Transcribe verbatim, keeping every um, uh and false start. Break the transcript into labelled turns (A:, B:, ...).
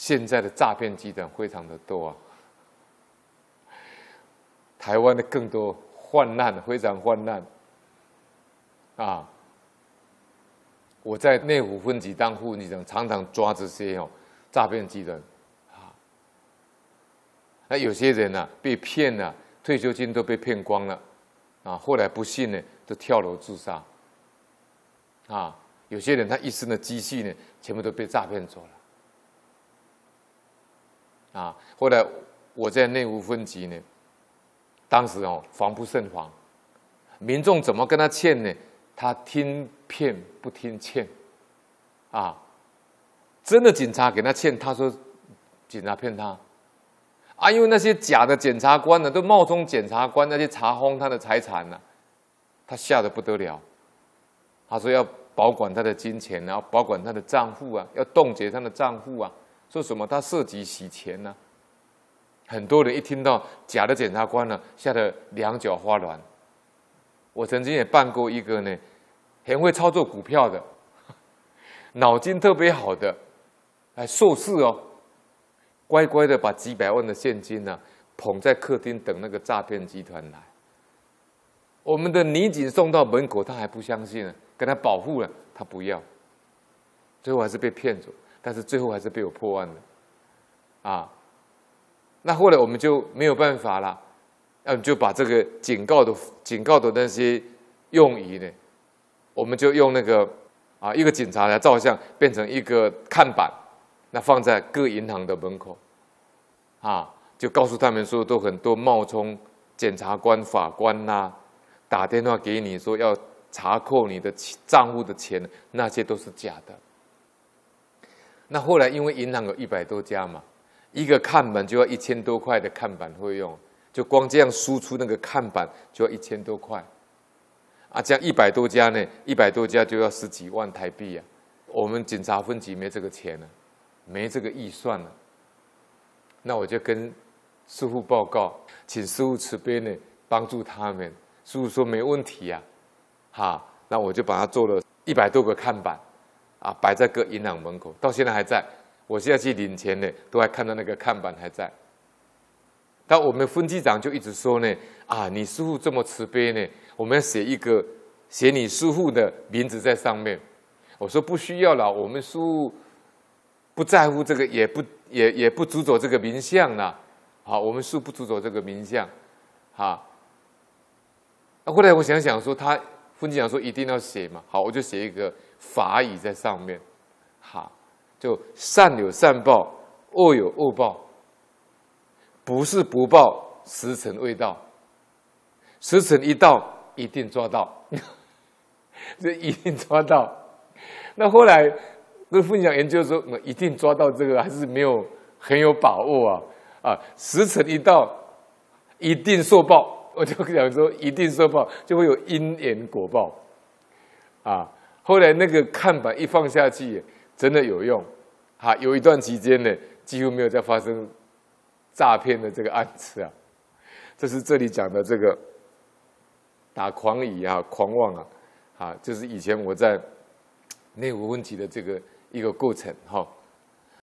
A: 现在的诈骗集团非常的多啊，台湾的更多泛滥，非常泛滥啊！我在内湖分局当副分局长，常常抓这些哦诈骗集团啊。那有些人啊被骗了，退休金都被骗光了啊，后来不幸呢就跳楼自杀啊。有些人他一生的积蓄呢，全部都被诈骗走了啊。后来我在内湖分局呢，当时哦防不胜防，民众怎么跟他欠呢？他听骗不听欠啊！真的警察给他欠，他说警察骗他啊，因为那些假的检察官呢，都冒充检察官，那些查封他的财产呢、啊，他吓得不得了。他说要保管他的金钱，然后保管他的账户啊，要冻结他的账户啊，说什么他涉及洗钱呢、啊？很多人一听到假的检察官呢，吓得两脚发软。我曾经也办过一个呢，很会操作股票的，脑筋特别好的，还硕士哦，乖乖的把几百万的现金呢、啊、捧在客厅等那个诈骗集团来。我们的女警送到门口，他还不相信呢，跟他保护了，他不要，最后还是被骗走，但是最后还是被我破案了，啊，那后来我们就没有办法了。那就把这个警告的警告的那些用语呢，我们就用那个啊一个警察来照相，变成一个看板，那放在各银行的门口，啊，就告诉他们说，都很多冒充检察官、法官呐、啊，打电话给你说要查扣你的账户的钱，那些都是假的。那后来因为银行有一百多家嘛，一个看板就要一千多块的看板费用。就光这样输出那个看板就要一千多块，啊，这样一百多家呢，一百多家就要十几万台币啊。我们警察分局没这个钱了、啊，没这个预算了、啊。那我就跟师傅报告，请师傅慈悲呢帮助他们。师傅说没问题呀、啊，哈，那我就把它做了一百多个看板，啊，摆在各银行门口，到现在还在。我现在去领钱呢，都还看到那个看板还在。但我们分局长就一直说呢，啊，你师父这么慈悲呢，我们要写一个写你师父的名字在上面。我说不需要了，我们师父不在乎这个，也不也也不执着这个名相啦。好，我们师父不执着这个名相，哈。那后来我想想说，他分局长说一定要写嘛，好，我就写一个法语在上面，好，就善有善报，恶有恶报。不是不报，时辰未到。时辰一到，一定抓到，这一定抓到。那后来跟分享研究说，一定抓到这个还是没有很有把握啊啊！时辰一到，一定受报。我就想说，一定受报，就会有因缘果报啊。后来那个看板一放下去，真的有用啊！有一段期间呢，几乎没有再发生诈骗的这个案子啊，这是这里讲的这个打诳语啊、狂妄啊，啊，就是以前我在内湖分局的这个一个过程哈。